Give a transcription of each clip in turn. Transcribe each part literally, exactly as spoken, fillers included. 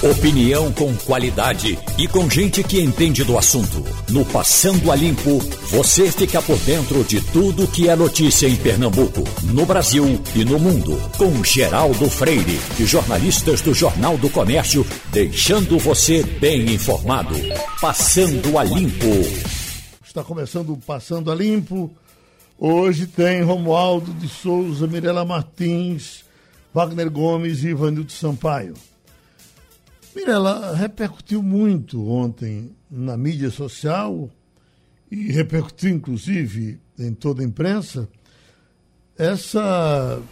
Opinião com qualidade e com gente que entende do assunto. No Passando a Limpo, você fica por dentro de tudo que é notícia em Pernambuco, no Brasil e no mundo. Com Geraldo Freire e jornalistas do Jornal do Comércio, deixando você bem informado. Passando a Limpo. Está começando o Passando a Limpo. Hoje tem Romualdo de Souza, Mirela Martins, Wagner Gomes e Ivanildo Sampaio. Mirela, repercutiu muito ontem na mídia social e repercutiu inclusive em toda a imprensa essa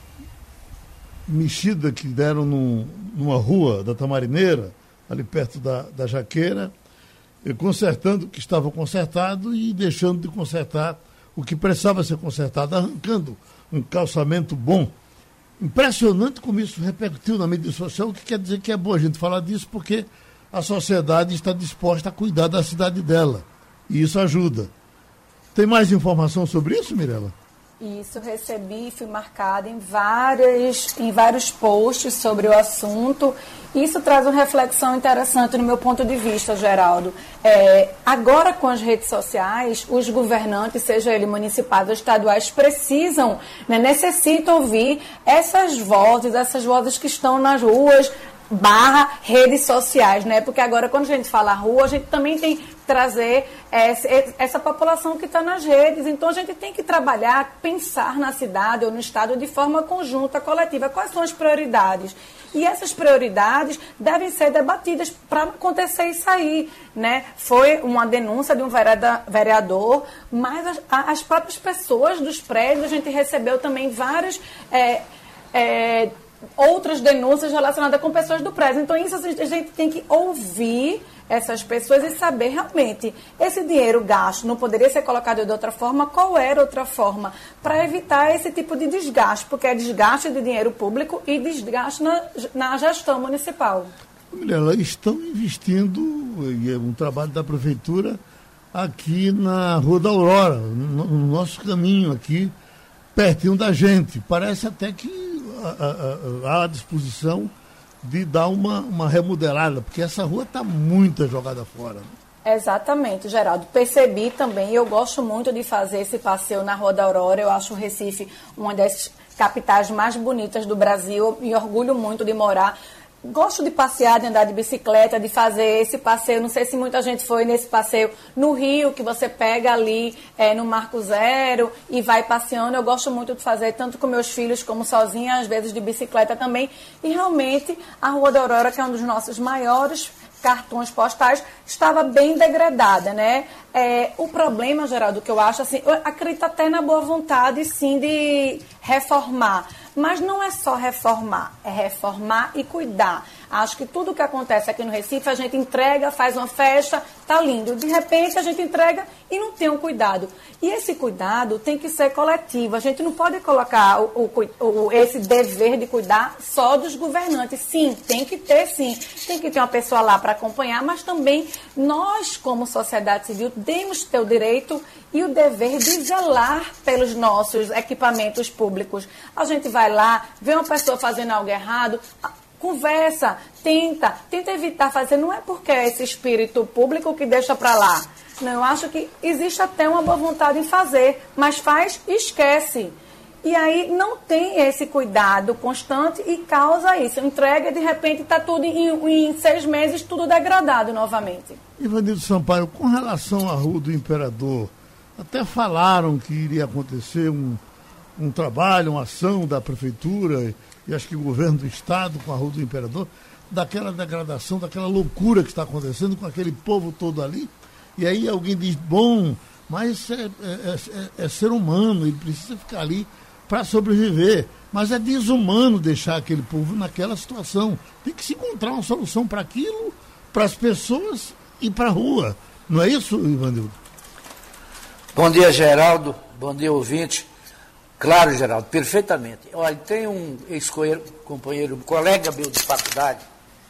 mexida que deram num, numa rua da Tamarineira, ali perto da, da Jaqueira, consertando o que estava consertado e deixando de consertar o que precisava ser consertado, arrancando um calçamento bom. Impressionante como isso repercutiu na mídia social, o que quer dizer que é bom a gente falar disso, porque a sociedade está disposta a cuidar da cidade dela. E isso ajuda. Tem mais informação sobre isso, Mirela? Isso, recebi, fui marcada em, várias, em vários posts sobre o assunto. Isso traz uma reflexão interessante no meu ponto de vista, Geraldo. É, agora, com as redes sociais, os governantes, seja eles municipais ou estaduais, precisam, né, necessitam ouvir essas vozes, essas vozes que estão nas ruas, barra redes sociais, né? Porque agora, quando a gente fala rua, a gente também tem que trazer essa, essa população que está nas redes. Então, a gente tem que trabalhar, pensar na cidade ou no estado de forma conjunta, coletiva. Quais são as prioridades? E essas prioridades devem ser debatidas para acontecer isso aí, né? Foi uma denúncia de um vereador, mas as, as próprias pessoas dos prédios, a gente recebeu também várias... É, é, outras denúncias relacionadas com pessoas do prédio. Então, isso a gente tem que ouvir essas pessoas e saber realmente, esse dinheiro gasto não poderia ser colocado de outra forma, qual era outra forma, para evitar esse tipo de desgaste, porque é desgaste de dinheiro público e desgaste na, na gestão municipal. Mirela, estão investindo, e é um trabalho da prefeitura, aqui na Rua da Aurora, no, no nosso caminho aqui, pertinho da gente. Parece até que há a disposição de dar uma, uma remodelada, porque essa rua está muito jogada fora. Exatamente, Geraldo. Percebi também, eu gosto muito de fazer esse passeio na Rua da Aurora. Eu acho o Recife uma das capitais mais bonitas do Brasil, me orgulho muito de morar. Gosto de passear, de andar de bicicleta, de fazer esse passeio. Não sei se muita gente foi nesse passeio no Rio, que você pega ali é, no Marco Zero e vai passeando. Eu gosto muito de fazer, tanto com meus filhos como sozinha, às vezes de bicicleta também. E realmente a Rua da Aurora, que é um dos nossos maiores cartões postais, estava bem degradada, né? É, o problema, Geraldo, que eu acho, assim, eu acredito até na boa vontade, sim, de reformar. Mas não é só reformar, é reformar e cuidar. Acho que tudo que acontece aqui no Recife, a gente entrega, faz uma festa, tá lindo. De repente, a gente entrega e não tem um cuidado. E esse cuidado tem que ser coletivo. A gente não pode colocar o, o, o, esse dever de cuidar só dos governantes. Sim, tem que ter, sim. Tem que ter uma pessoa lá para acompanhar, mas também nós, como sociedade civil, temos que ter o direito e o dever de zelar pelos nossos equipamentos públicos. A gente vai lá, vê uma pessoa fazendo algo errado, conversa, tenta, tenta evitar fazer. Não é porque é esse espírito público que deixa para lá. Não, eu acho que existe até uma boa vontade em fazer, mas faz e esquece. E aí não tem esse cuidado constante e causa isso. Entrega e de repente está tudo em, em seis meses, tudo degradado novamente. Ivanildo Sampaio, com relação à Rua do Imperador, até falaram que iria acontecer um, um trabalho, uma ação da prefeitura e acho que o governo do estado com a Rua do Imperador, daquela degradação, daquela loucura que está acontecendo com aquele povo todo ali. E aí alguém diz, bom, mas é, é, é, é ser humano, ele precisa ficar ali para sobreviver. Mas é desumano deixar aquele povo naquela situação. Tem que se encontrar uma solução para aquilo, para as pessoas e para a rua. Não é isso, Ivanildo? Bom dia, Geraldo. Bom dia, ouvinte. Claro, Geraldo, perfeitamente. Olha, tem um ex-companheiro, um colega meu de faculdade,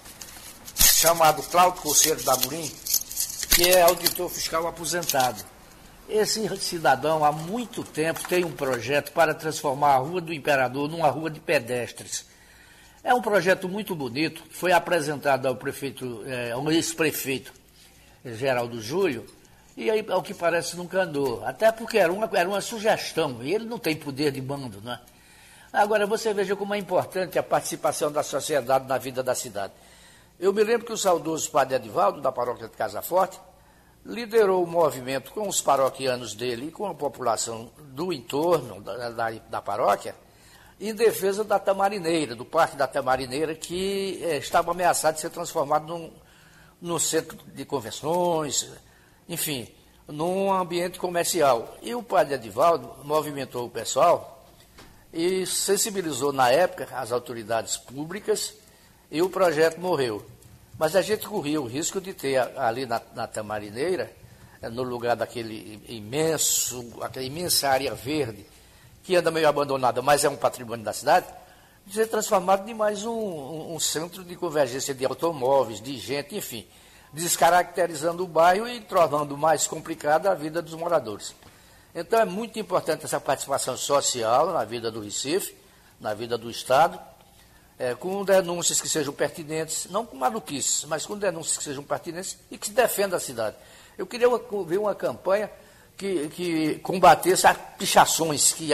chamado Cláudio Coceiro da Amorim, que é auditor fiscal aposentado. Esse cidadão, há muito tempo, tem um projeto para transformar a Rua do Imperador numa rua de pedestres. É um projeto muito bonito, que foi apresentado ao prefeito, é, ao ex-prefeito Geraldo Júlio, e aí, ao que parece, nunca andou. Até porque era uma, era uma sugestão, e ele não tem poder de mando, né? Agora, você veja como é importante a participação da sociedade na vida da cidade. Eu me lembro que o saudoso padre Edivaldo, da paróquia de Casa Forte, liderou o movimento com os paroquianos dele e com a população do entorno da, da, da paróquia, em defesa da Tamarineira, do Parque da Tamarineira, que eh, estava ameaçado de ser transformado num, num centro de convenções, enfim, num ambiente comercial. E o padre Edivaldo movimentou o pessoal e sensibilizou na época as autoridades públicas e o projeto morreu. Mas a gente corria o risco de ter ali na, na Tamarineira, no lugar daquele imenso, aquela imensa área verde, que anda meio abandonada, mas é um patrimônio da cidade, de ser transformado em mais um, um, um centro de convergência de automóveis, de gente, enfim, descaracterizando o bairro e tornando mais complicada a vida dos moradores. Então é muito importante essa participação social na vida do Recife, na vida do Estado, é, com denúncias que sejam pertinentes, não com maluquices, mas com denúncias que sejam pertinentes e que defendam a cidade. Eu queria ver uma campanha que, que combatesse as pichações, que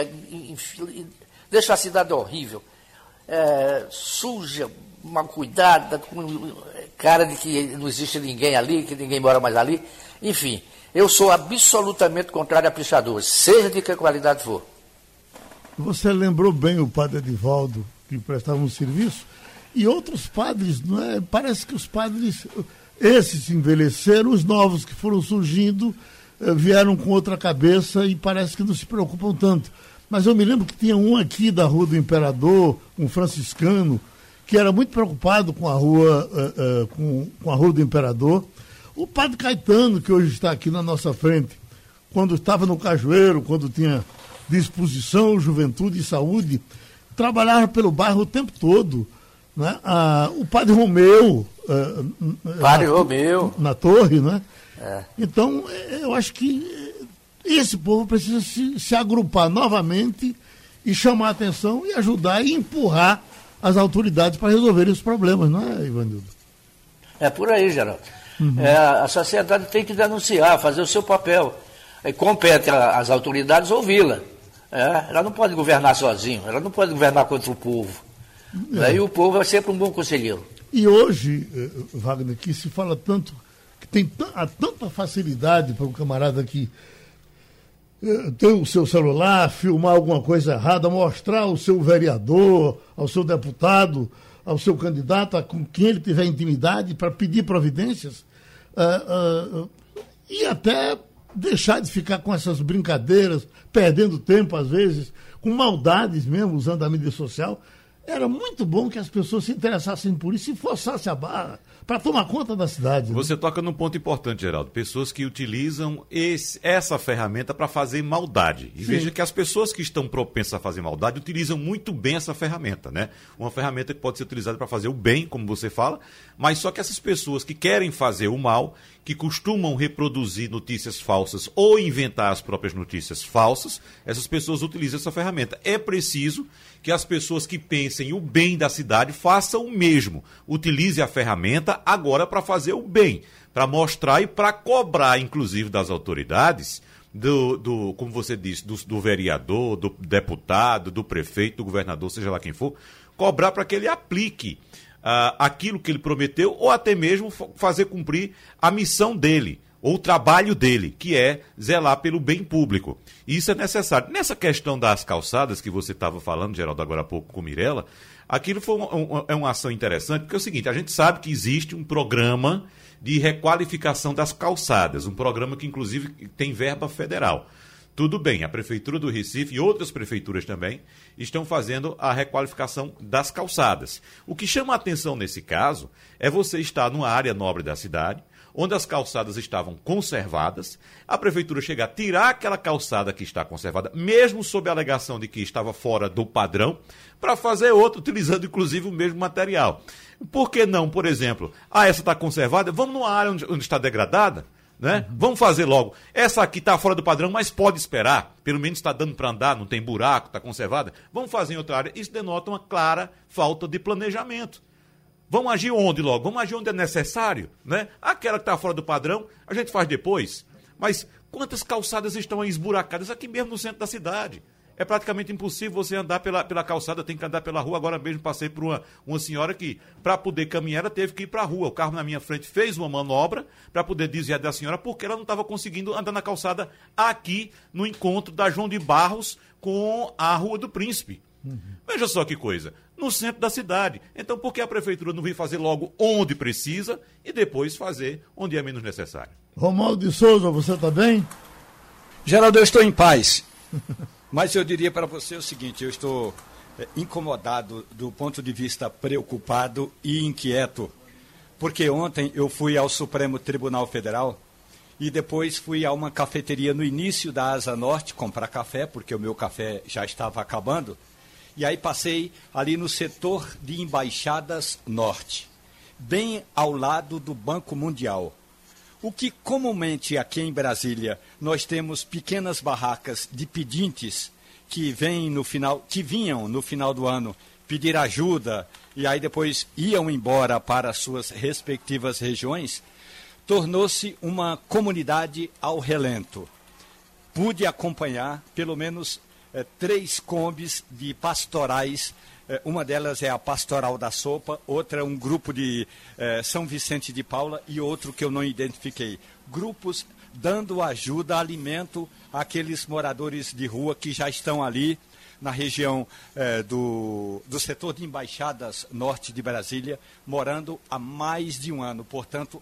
deixa a cidade horrível, é, suja, mal cuidada, com cara de que não existe ninguém ali, que ninguém mora mais ali. Enfim, eu sou absolutamente contrário a pichadores, seja de que qualidade for. Você lembrou bem o padre Edivaldo, que prestava um serviço, e outros padres, não é? Parece que os padres, esses envelheceram, os novos que foram surgindo, vieram com outra cabeça e parece que não se preocupam tanto. Mas eu me lembro que tinha um aqui da Rua do Imperador, um franciscano, que era muito preocupado com a Rua, uh, uh, com, com a Rua do Imperador. O padre Caetano, que hoje está aqui na nossa frente, quando estava no Cajueiro, quando tinha disposição, juventude e saúde, trabalhava pelo bairro o tempo todo. Né? Ah, o padre Romeu, uh, padre na, Romeu. na torre, né? É. Então, eu acho que esse povo precisa se, se agrupar novamente e chamar a atenção e ajudar e empurrar as autoridades para resolverem os problemas, não é, Ivanildo? É por aí, Geraldo. Uhum. É, a sociedade tem que denunciar, fazer o seu papel. E compete às autoridades ouvi-la. É, ela não pode governar sozinha, ela não pode governar contra o povo. É. E o povo é sempre um bom conselheiro. E hoje, Wagner, que se fala tanto, que tem há tanta facilidade para um camarada que ter o seu celular, filmar alguma coisa errada, mostrar ao seu vereador, ao seu deputado, ao seu candidato, a com quem ele tiver intimidade, para pedir providências, uh, uh, e até deixar de ficar com essas brincadeiras, perdendo tempo às vezes, com maldades mesmo, usando a mídia social. Era muito bom que as pessoas se interessassem por isso e forçassem a barra para tomar conta da cidade. Você né? toca num ponto importante, Geraldo. Pessoas que utilizam esse, essa ferramenta para fazer maldade. E Sim. veja que as pessoas que estão propensas a fazer maldade utilizam muito bem essa ferramenta, né? Uma ferramenta que pode ser utilizada para fazer o bem, como você fala, mas só que essas pessoas que querem fazer o mal, que costumam reproduzir notícias falsas ou inventar as próprias notícias falsas, essas pessoas utilizam essa ferramenta. É preciso que as pessoas que pensem o bem da cidade façam o mesmo. Utilize a ferramenta agora para fazer o bem, para mostrar e para cobrar, inclusive, das autoridades, do, do como você disse, do, do vereador, do deputado, do prefeito, do governador, seja lá quem for, cobrar para que ele aplique uh, aquilo que ele prometeu ou até mesmo fazer cumprir a missão dele, ou o trabalho dele, que é zelar pelo bem público. E isso é necessário. Nessa questão das calçadas que você estava falando, Geraldo, agora há pouco com Mirella, aquilo foi um, um, é uma ação interessante, porque é o seguinte, a gente sabe que existe um programa de requalificação das calçadas, um programa que inclusive tem verba federal. Tudo bem, a Prefeitura do Recife e outras prefeituras também estão fazendo a requalificação das calçadas. O que chama a atenção nesse caso é você estar numa área nobre da cidade, onde as calçadas estavam conservadas, a prefeitura chega a tirar aquela calçada que está conservada, mesmo sob a alegação de que estava fora do padrão, para fazer outra, utilizando inclusive o mesmo material. Por que não, por exemplo, ah, essa está conservada, vamos numa área onde, onde está degradada, Né? Uhum. Vamos fazer logo. Essa aqui está fora do padrão, mas pode esperar. Pelo menos está dando para andar, não tem buraco, está conservada. Vamos fazer em outra área. Isso denota uma clara falta de planejamento. Vamos agir onde logo? Vamos agir onde é necessário. Né? Aquela que está fora do padrão, a gente faz depois. Mas quantas calçadas estão aí esburacadas aqui mesmo no centro da cidade? É praticamente impossível você andar pela, pela calçada, tem que andar pela rua. Agora mesmo passei por uma, uma senhora que, para poder caminhar, ela teve que ir para a rua. O carro na minha frente fez uma manobra para poder desviar da senhora, porque ela não estava conseguindo andar na calçada aqui, no encontro da João de Barros com a Rua do Príncipe. Uhum. Veja só que coisa, no centro da cidade. Então, por que a prefeitura não vem fazer logo onde precisa e depois fazer onde é menos necessário? Romualdo de Souza, você está bem? Geraldo, eu estou em paz. Mas eu diria para você o seguinte, eu estou é, incomodado do ponto de vista preocupado e inquieto, porque ontem eu fui ao Supremo Tribunal Federal e depois fui a uma cafeteria no início da Asa Norte comprar café, porque o meu café já estava acabando, e aí passei ali no setor de Embaixadas Norte, bem ao lado do Banco Mundial. O que comumente aqui em Brasília nós temos pequenas barracas de pedintes que vêm no final, que vinham no final do ano pedir ajuda e aí depois iam embora para suas respectivas regiões, tornou-se uma comunidade ao relento. Pude acompanhar pelo menos eh, três combis de pastorais. Uma delas é a Pastoral da Sopa, outra é um grupo de eh, São Vicente de Paula e outro que eu não identifiquei. Grupos dando ajuda, alimento àqueles moradores de rua que já estão ali na região eh, do, do setor de Embaixadas Norte de Brasília, morando há mais de um ano, portanto,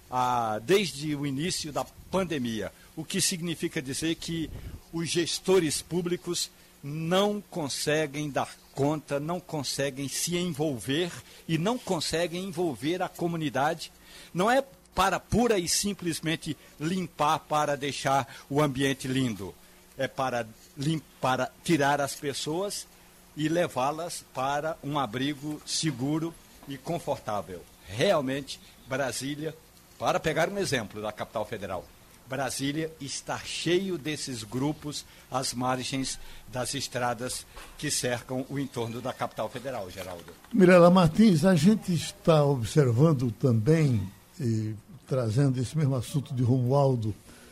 a, desde o início da pandemia. O que significa dizer que os gestores públicos não conseguem dar conta, não conseguem se envolver e não conseguem envolver a comunidade. Não é para pura e simplesmente limpar para deixar o ambiente lindo. É para, para tirar as pessoas e levá-las para um abrigo seguro e confortável. Realmente, Brasília, para pegar um exemplo da capital federal, Brasília está cheio desses grupos às margens das estradas que cercam o entorno da capital federal, Geraldo. Mirela Martins, a gente está observando também, e trazendo esse mesmo assunto de Romualdo,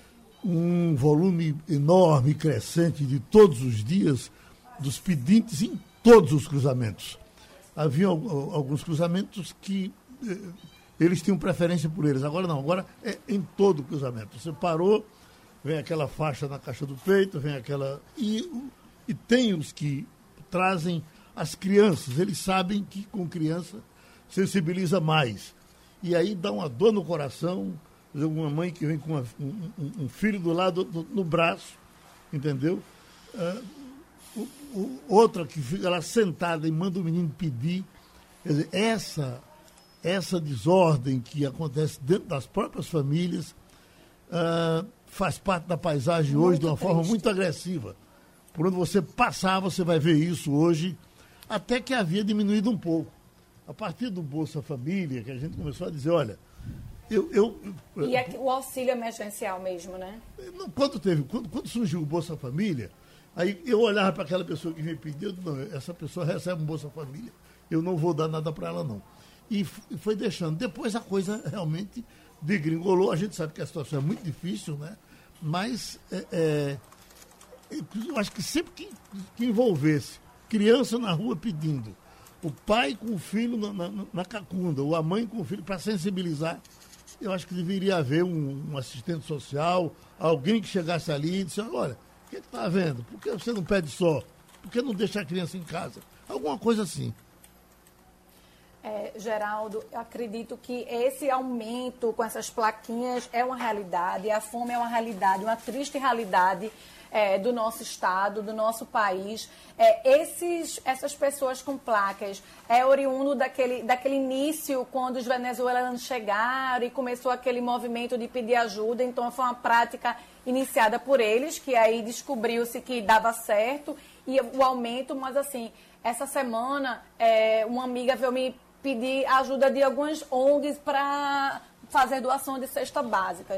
um volume enorme e crescente de todos os dias dos pedintes em todos os cruzamentos. Havia alguns cruzamentos que eles tinham preferência por eles. Agora não, agora é em todo o cruzamento. Você parou, vem aquela faixa na caixa do peito, vem aquela... E, e tem os que trazem as crianças. Eles sabem que com criança sensibiliza mais. E aí dá uma dor no coração, uma mãe que vem com uma, um, um filho do lado do, no braço, entendeu? Uh, o, o, outra que fica lá sentada e manda o menino pedir. Quer dizer, essa... Essa desordem que acontece dentro das próprias famílias uh, faz parte da paisagem muito hoje de uma triste. Forma muito agressiva. Por onde você passar, você vai ver isso hoje, até que havia diminuído um pouco. A partir do Bolsa Família, que a gente começou a dizer, olha, eu... eu, eu e é o auxílio emergencial mesmo, né? Não, quando, teve, quando, quando surgiu o Bolsa Família, aí eu olhava para aquela pessoa que me pediu, não, essa pessoa recebe um Bolsa Família, eu não vou dar nada para ela, não. E foi deixando. Depois a coisa realmente degringolou. A gente sabe que a situação é muito difícil, né? Mas é, é, eu acho que sempre que, que envolvesse criança na rua pedindo, o pai com o filho na, na, na cacunda, ou a mãe com o filho, para sensibilizar, eu acho que deveria haver um, um assistente social, alguém que chegasse ali e disse, olha, o que está havendo? Por que você não pede só? Por que não deixa a criança em casa? Alguma coisa assim. É, Geraldo, eu acredito que esse aumento com essas plaquinhas é uma realidade, a fome é uma realidade, uma triste realidade é, do nosso estado, do nosso país. É, esses, essas pessoas com placas é oriundo daquele, daquele início, quando os venezuelanos chegaram e começou aquele movimento de pedir ajuda, então foi uma prática iniciada por eles, que aí descobriu-se que dava certo, e o aumento, mas assim, essa semana é, uma amiga veio me pedir ajuda de algumas O N Gs para fazer doação de cesta básica.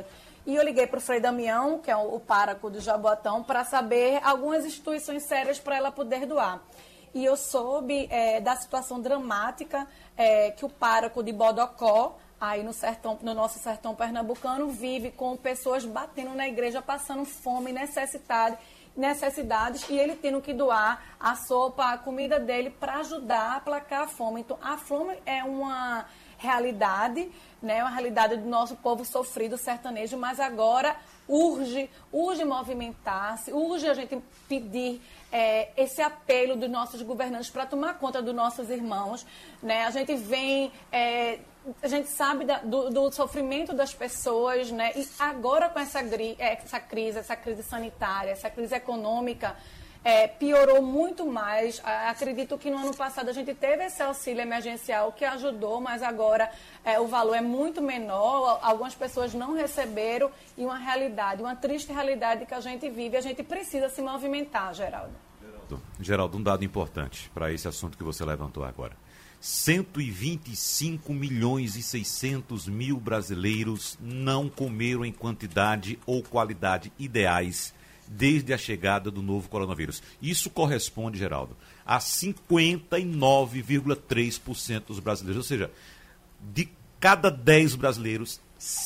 E eu liguei para o Frei Damião, que é o, o pároco do Jaboatão, para saber algumas instituições sérias para ela poder doar. E eu soube é, da situação dramática é, que o pároco de Bodocó, aí no, sertão, no nosso sertão pernambucano, vive com pessoas batendo na igreja, passando fome, necessidade, necessidades, e ele tendo que doar a sopa, a comida dele para ajudar a aplacar a fome. Então, a fome é uma realidade, né, uma realidade do nosso povo sofrido sertanejo, mas agora urge, urge movimentar-se, urge a gente pedir é, esse apelo dos nossos governantes para tomar conta dos nossos irmãos, né? A gente vem, é, a gente sabe da, do, do sofrimento das pessoas, né? E agora com essa, essa crise, essa crise sanitária, essa crise econômica, É, piorou muito mais. Acredito que no ano passado a gente teve esse auxílio emergencial que ajudou, mas agora é, o valor é muito menor, algumas pessoas não receberam, e uma realidade, uma triste realidade que a gente vive, a gente precisa se movimentar, Geraldo. Geraldo, Geraldo, um dado importante para esse assunto que você levantou agora. cento e vinte e cinco milhões e seiscentos mil brasileiros não comeram em quantidade ou qualidade ideais desde a chegada do novo coronavírus. Isso corresponde, Geraldo, a cinquenta e nove vírgula três por cento dos brasileiros. Ou seja, de cada dez brasileiros,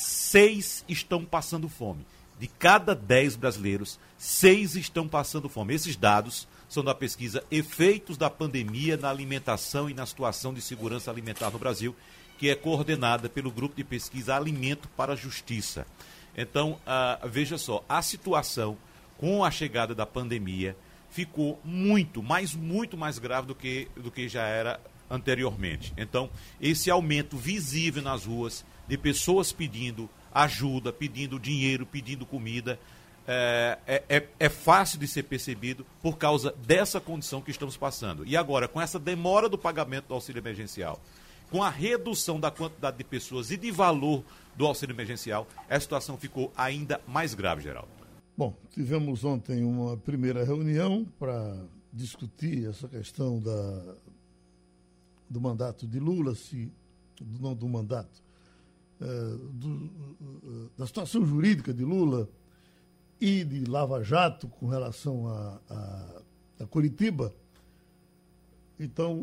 seis estão passando fome. De cada dez brasileiros, seis estão passando fome. Esses dados são da pesquisa Efeitos da Pandemia na Alimentação e na Situação de Segurança Alimentar no Brasil, que é coordenada pelo Grupo de Pesquisa Alimento para a Justiça. Então, uh, veja só, a situação com a chegada da pandemia, ficou muito, mas muito mais grave do que, do que já era anteriormente. Então, esse aumento visível nas ruas, de pessoas pedindo ajuda, pedindo dinheiro, pedindo comida, é, é, é fácil de ser percebido por causa dessa condição que estamos passando. E agora, com essa demora do pagamento do auxílio emergencial, com a redução da quantidade de pessoas e de valor do auxílio emergencial, a situação ficou ainda mais grave, Geraldo. Bom, tivemos ontem uma primeira reunião para discutir essa questão da, do mandato de Lula, se, não do mandato, é, do, da situação jurídica de Lula e de Lava Jato com relação a, a, a Curitiba. Então,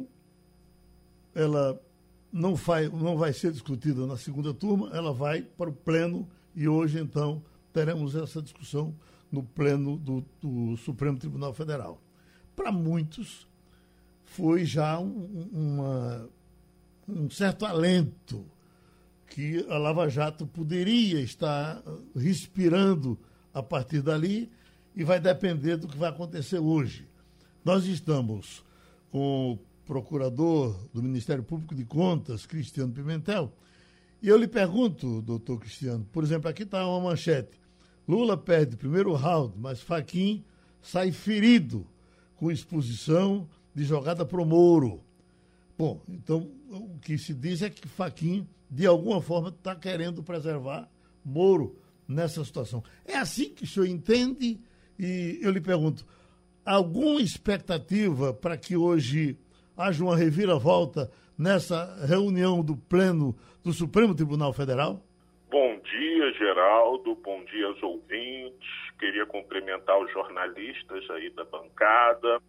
ela não vai, não vai ser discutida na segunda turma, ela vai para o pleno e hoje, então, teremos essa discussão no pleno do, do Supremo Tribunal Federal. Para muitos, foi já um, uma, um certo alento que a Lava Jato poderia estar respirando a partir dali, e vai depender do que vai acontecer hoje. Nós estamos com o procurador do Ministério Público de Contas, Cristiano Pimentel, e eu lhe pergunto, doutor Cristiano, por exemplo, aqui está uma manchete: Lula perde o primeiro round, mas Fachin sai ferido com exposição de jogada pro Moro. Bom, então o que se diz é que Fachin, de alguma forma, está querendo preservar Moro nessa situação. É assim que o senhor entende? E eu lhe pergunto, alguma expectativa para que hoje haja uma reviravolta nessa reunião do Pleno do Supremo Tribunal Federal? Bom dia, Geraldo. Bom dia aos ouvintes. Queria cumprimentar os jornalistas aí da bancada.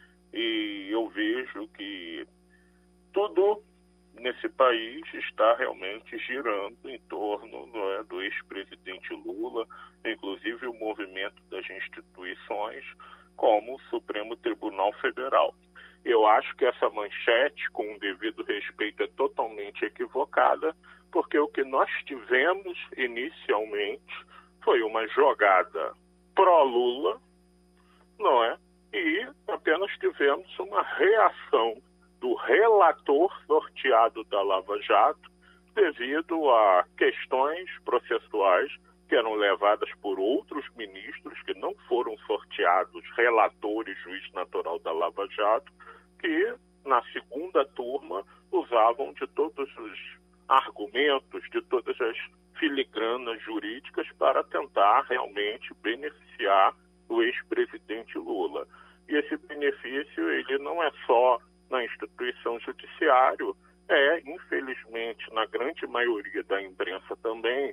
E eu vejo que tudo nesse país está realmente girando em torno, não é, do ex-presidente Lula, inclusive o movimento das instituições, como o Supremo Tribunal Federal. Eu acho que essa manchete, com o devido respeito, é totalmente equivocada, porque o que nós tivemos inicialmente foi uma jogada pró-Lula, não é? E apenas tivemos uma reação do relator sorteado da Lava Jato devido a questões processuais que eram levadas por outros ministros que não foram sorteados relatores, juiz natural da Lava Jato, que na segunda turma usavam de todos os argumentos, de todas as filigranas jurídicas para tentar realmente beneficiar o ex-presidente Lula. E esse benefício, ele não é só na instituição judiciária, é, infelizmente, na grande maioria da imprensa também,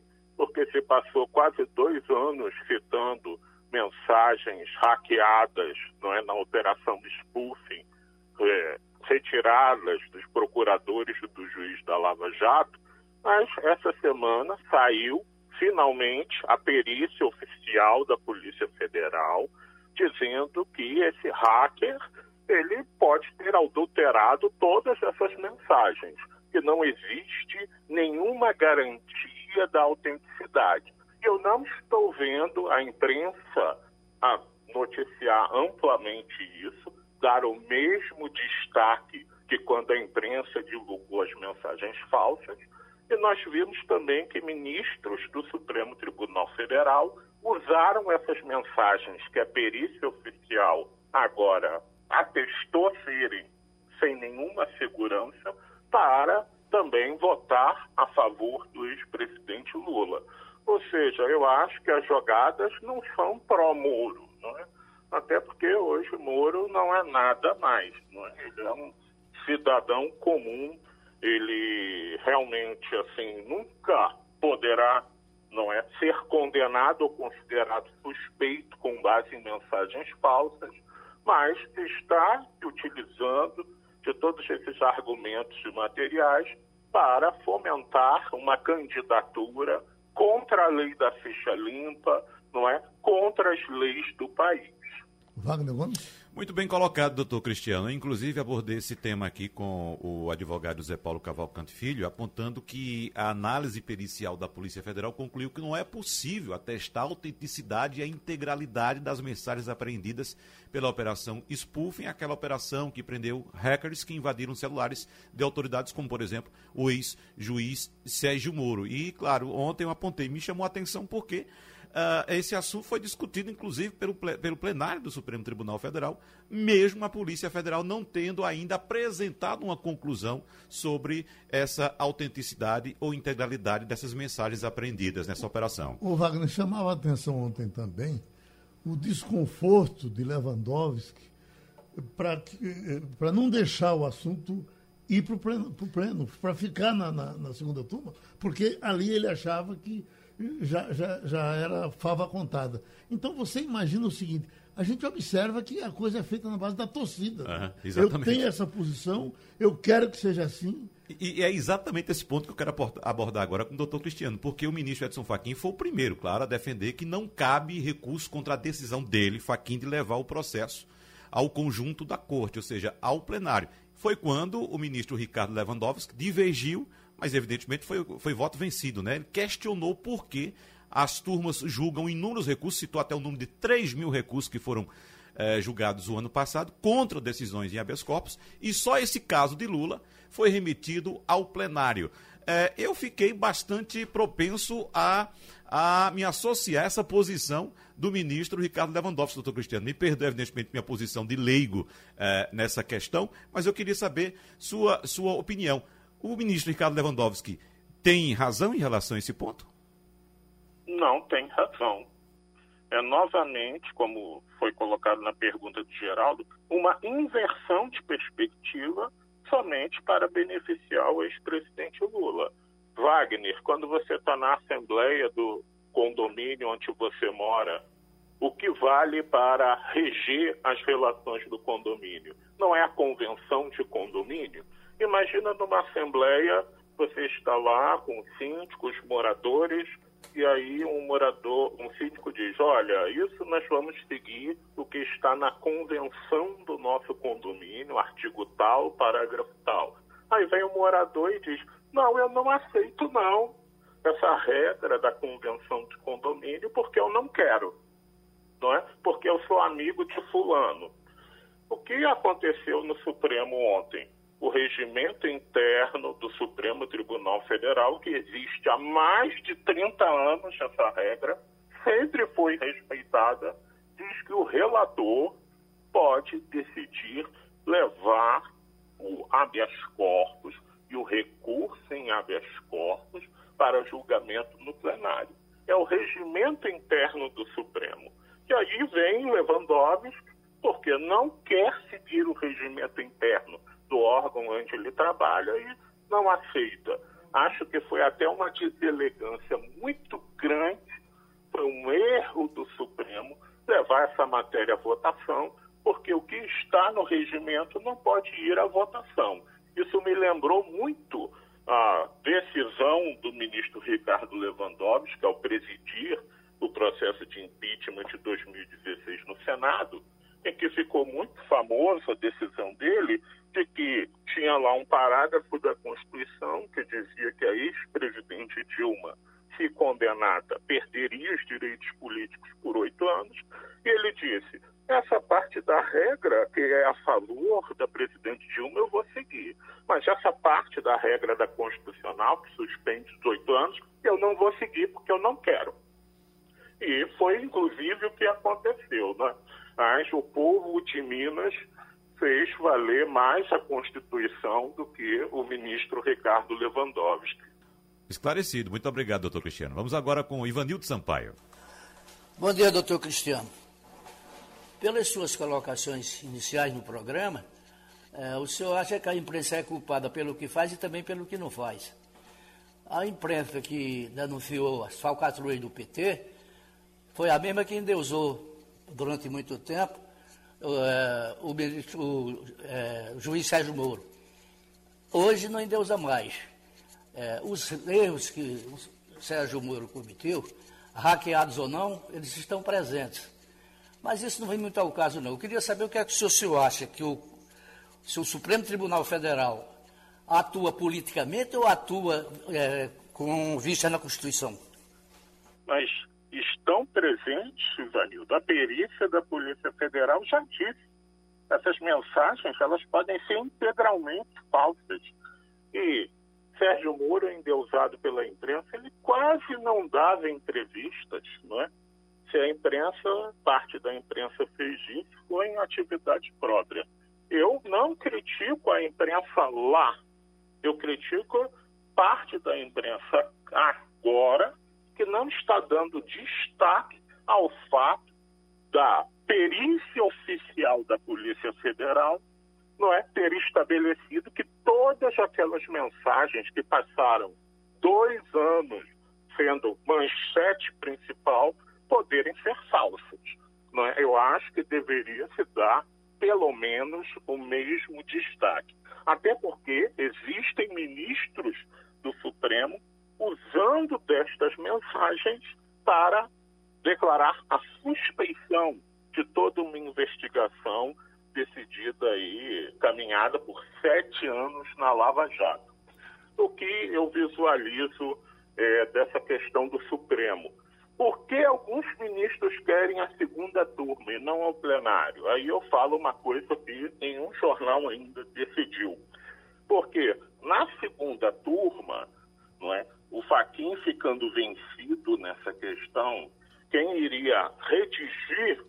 porque se passou quase dois anos citando mensagens hackeadas, não é, na operação de spoofing, é, retiradas dos procuradores do juiz da Lava Jato, mas essa semana saiu finalmente a perícia oficial da Polícia Federal dizendo que esse hacker ele pode ter adulterado todas essas mensagens, que não existe nenhuma garantia da autenticidade. Eu não estou vendo a imprensa a noticiar amplamente isso, dar o mesmo destaque que quando a imprensa divulgou as mensagens falsas. E nós vimos também que ministros do Supremo Tribunal Federal usaram essas mensagens que a perícia oficial agora atestou serem sem nenhuma segurança para também votar a favor do ex-presidente Lula. Ou seja, eu acho que as jogadas não são pró-Moro, não é? Até porque hoje Moro não é nada mais, não é? Ele é um cidadão comum, ele realmente assim nunca poderá, não é, ser condenado ou considerado suspeito com base em mensagens falsas, mas está utilizando de todos esses argumentos e materiais para fomentar uma candidatura contra a lei da ficha limpa, não é, contra as leis do país. Wagner Gomes? Muito bem colocado, doutor Cristiano. Inclusive, abordei esse tema aqui com o advogado Zé Paulo Cavalcante Filho, apontando que a análise pericial da Polícia Federal concluiu que não é possível atestar a autenticidade e a integralidade das mensagens apreendidas pela Operação Spoofing, aquela operação que prendeu hackers que invadiram celulares de autoridades como, por exemplo, o ex-juiz Sérgio Moro. E, claro, ontem eu apontei, me chamou a atenção porque Uh, esse assunto foi discutido, inclusive, pelo, pelo plenário do Supremo Tribunal Federal, mesmo a Polícia Federal não tendo ainda apresentado uma conclusão sobre essa autenticidade ou integralidade dessas mensagens apreendidas nessa operação. O Wagner chamava a atenção ontem também o desconforto de Lewandowski para não deixar o assunto ir para o pleno, para ficar na, na, na segunda turma, porque ali ele achava que Já, já, já era fava contada. Então você imagina o seguinte, a gente observa que a coisa é feita na base da torcida. Uhum, eu tenho essa posição, eu quero que seja assim. E, e é exatamente esse ponto que eu quero abordar agora com o doutor Cristiano, porque o ministro Edson Fachin foi o primeiro, claro, a defender que não cabe recurso contra a decisão dele, Fachin, de levar o processo ao conjunto da corte, ou seja, ao plenário. Foi quando o ministro Ricardo Lewandowski divergiu, mas evidentemente foi, foi voto vencido, né? Ele questionou por que as turmas julgam inúmeros recursos, citou até o número de três mil recursos que foram eh, julgados o ano passado contra decisões em habeas corpus, e só esse caso de Lula foi remetido ao plenário. Eh, eu fiquei bastante propenso a, a me associar a essa posição do ministro Ricardo Lewandowski, doutor Cristiano. Me perdoe, evidentemente, minha posição de leigo eh, nessa questão, mas eu queria saber sua, sua opinião. O ministro Ricardo Lewandowski tem razão em relação a esse ponto? Não tem razão. É novamente, como foi colocado na pergunta de Geraldo, uma inversão de perspectiva somente para beneficiar o ex-presidente Lula. Wagner, quando você está na assembleia do condomínio onde você mora, o que vale para reger as relações do condomínio? Não é a convenção de condomínio? Imagina numa assembleia, você está lá com o síndico, os moradores, e aí um morador, um síndico diz, olha, isso nós vamos seguir o que está na convenção do nosso condomínio, artigo tal, parágrafo tal. Aí vem o morador e diz, não, eu não aceito não essa regra da convenção de condomínio porque eu não quero, não é? Porque eu sou amigo de fulano. O que aconteceu no Supremo ontem? O regimento interno do Supremo Tribunal Federal, que existe há mais de trinta anos, essa regra, sempre foi respeitada, diz que o relator pode decidir levar o habeas corpus e o recurso em habeas corpus para julgamento no plenário. É o regimento interno do Supremo. E aí vem Lewandowski, porque não quer seguir o regimento interno do órgão onde ele trabalha e não aceita. Acho que foi até uma deselegância muito grande, foi um erro do Supremo levar essa matéria à votação, porque o que está no regimento não pode ir à votação. Isso me lembrou muito a decisão do ministro Ricardo Lewandowski, ao presidir o processo de impeachment de dois mil e dezesseis no Senado, em que ficou muito famosa a decisão dele de que tinha lá um parágrafo da Constituição que dizia que a ex-presidente Dilma, se condenada, perderia os direitos políticos por oito anos, e ele disse, essa parte da regra que é a favor da presidente Dilma eu vou seguir, mas essa parte da regra da Constitucional, que suspende os oito anos, eu não vou seguir porque eu não quero. E foi, inclusive, o que aconteceu, né? Mas o povo de Minas fez valer mais a Constituição do que o ministro Ricardo Lewandowski. Esclarecido. Muito obrigado, doutor Cristiano. Vamos agora com o Ivanildo Sampaio. Bom dia, doutor Cristiano. Pelas suas colocações iniciais no programa, eh, o senhor acha que a imprensa é culpada pelo que faz e também pelo que não faz. A imprensa que denunciou as falcatruas do P T foi a mesma que endeusou durante muito tempo uh, o, ministro, o, uh, o juiz Sérgio Moro. Hoje não endeusa mais. Uh, os erros que o Sérgio Moro cometeu, hackeados ou não, eles estão presentes. Mas isso não vem muito ao caso, não. Eu queria saber o que é que o senhor acha, que o, se o Supremo Tribunal Federal atua politicamente ou atua uh, com vista na Constituição? Mas estão presentes, Ivanildo. A perícia da Polícia Federal já disse. Essas mensagens, elas podem ser integralmente falsas. E Sérgio Moro, endeusado pela imprensa, ele quase não dava entrevistas, não é? Se a imprensa, parte da imprensa fez isso, foi em atividade própria. Eu não critico a imprensa lá. Eu critico parte da imprensa agora, que não está dando destaque ao fato da perícia oficial da Polícia Federal, não é, ter estabelecido que todas aquelas mensagens que passaram dois anos sendo manchete principal poderem ser falsas. Não é? Eu acho que deveria se dar pelo menos o mesmo destaque. Até porque existem ministros do Supremo usando destas mensagens para declarar a suspeição de toda uma investigação decidida aí, caminhada por sete anos na Lava Jato. O que eu visualizo é, dessa questão do Supremo? Por que alguns ministros querem a segunda turma e não ao plenário? Aí eu falo uma coisa que nenhum jornal ainda decidiu. Porque na segunda turma, não é, o Fachin ficando vencido nessa questão, quem iria redigir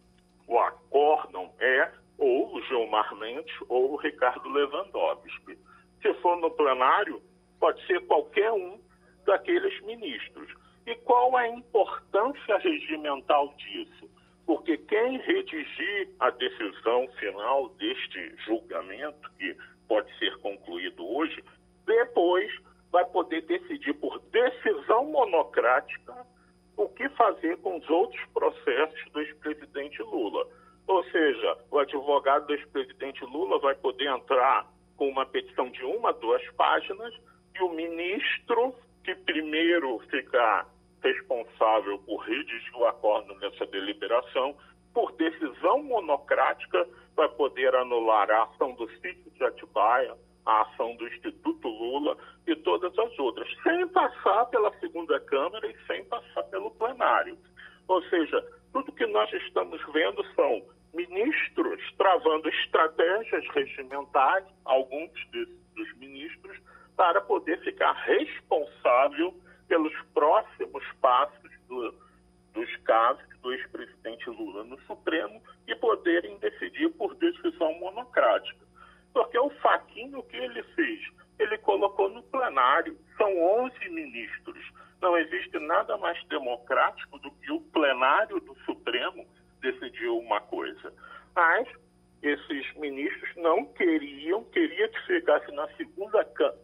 o acórdão é ou o Gilmar Mendes ou o Ricardo Lewandowski. Se for no plenário, pode ser qualquer um daqueles ministros. E qual a importância regimental disso? Porque quem redigir a decisão final deste julgamento, que pode ser concluído hoje, depois vai poder decidir por decisão monocrática o que fazer com os outros processos do ex-presidente Lula. Ou seja, o advogado do ex-presidente Lula vai poder entrar com uma petição de uma, duas páginas e o ministro que primeiro ficar responsável por redigir o acordo nessa deliberação, por decisão monocrática, vai poder anular a ação do sítio de Atibaia, a ação do Instituto Lula e todas as outras, sem passar pela segunda Câmara e sem passar pelo plenário. Ou seja, tudo que nós estamos vendo são ministros travando estratégias regimentais, alguns desses, dos ministros, para poder ficar responsável pelos próximos passos do, dos casos do ex-presidente Lula no Supremo e poderem decidir por decisão monocrática. Porque o Fachin, o que ele fez? Ele colocou no plenário, são onze ministros. Não existe nada mais democrático do que o plenário do Supremo decidiu uma coisa. Mas esses ministros não queriam, queria que ficasse na segunda,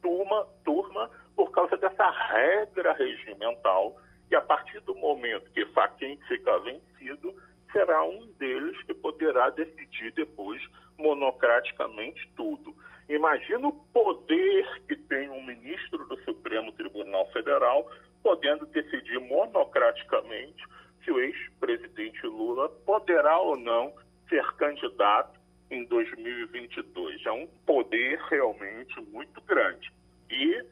turma, turma por causa dessa regra regimental, que a partir do momento que Fachin fica vencido, será um deles que poderá decidir depois monocraticamente tudo. Imagina o poder que tem um ministro do Supremo Tribunal Federal podendo decidir monocraticamente se o ex-presidente Lula poderá ou não ser candidato em dois mil e vinte e dois. É um poder realmente muito grande. E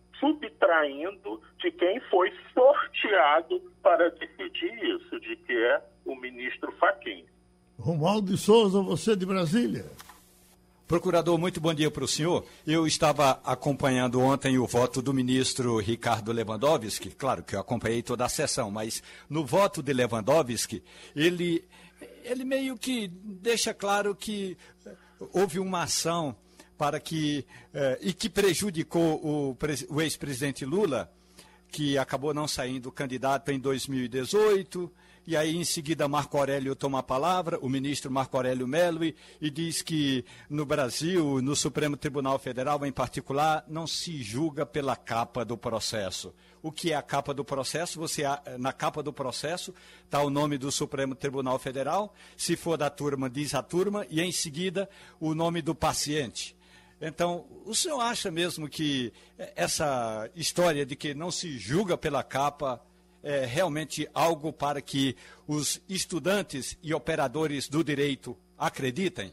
subtraindo de quem foi sorteado para decidir isso, de que é o ministro Fachin. Romualdo de Souza, você de Brasília. Procurador, muito bom dia para o senhor. Eu estava acompanhando ontem o voto do ministro Ricardo Lewandowski, claro que eu acompanhei toda a sessão, mas no voto de Lewandowski, ele, ele meio que deixa claro que houve uma ação para que, eh, e que prejudicou o, o ex-presidente Lula, que acabou não saindo candidato em dois mil e dezoito, e aí em seguida Marco Aurélio toma a palavra, o ministro Marco Aurélio Melo, e, e diz que no Brasil, no Supremo Tribunal Federal em particular, não se julga pela capa do processo. O que é a capa do processo? Você, na capa do processo está o nome do Supremo Tribunal Federal, se for da turma, diz a turma, e em seguida o nome do paciente. Então, o senhor acha mesmo que essa história de que não se julga pela capa é realmente algo para que os estudantes e operadores do direito acreditem?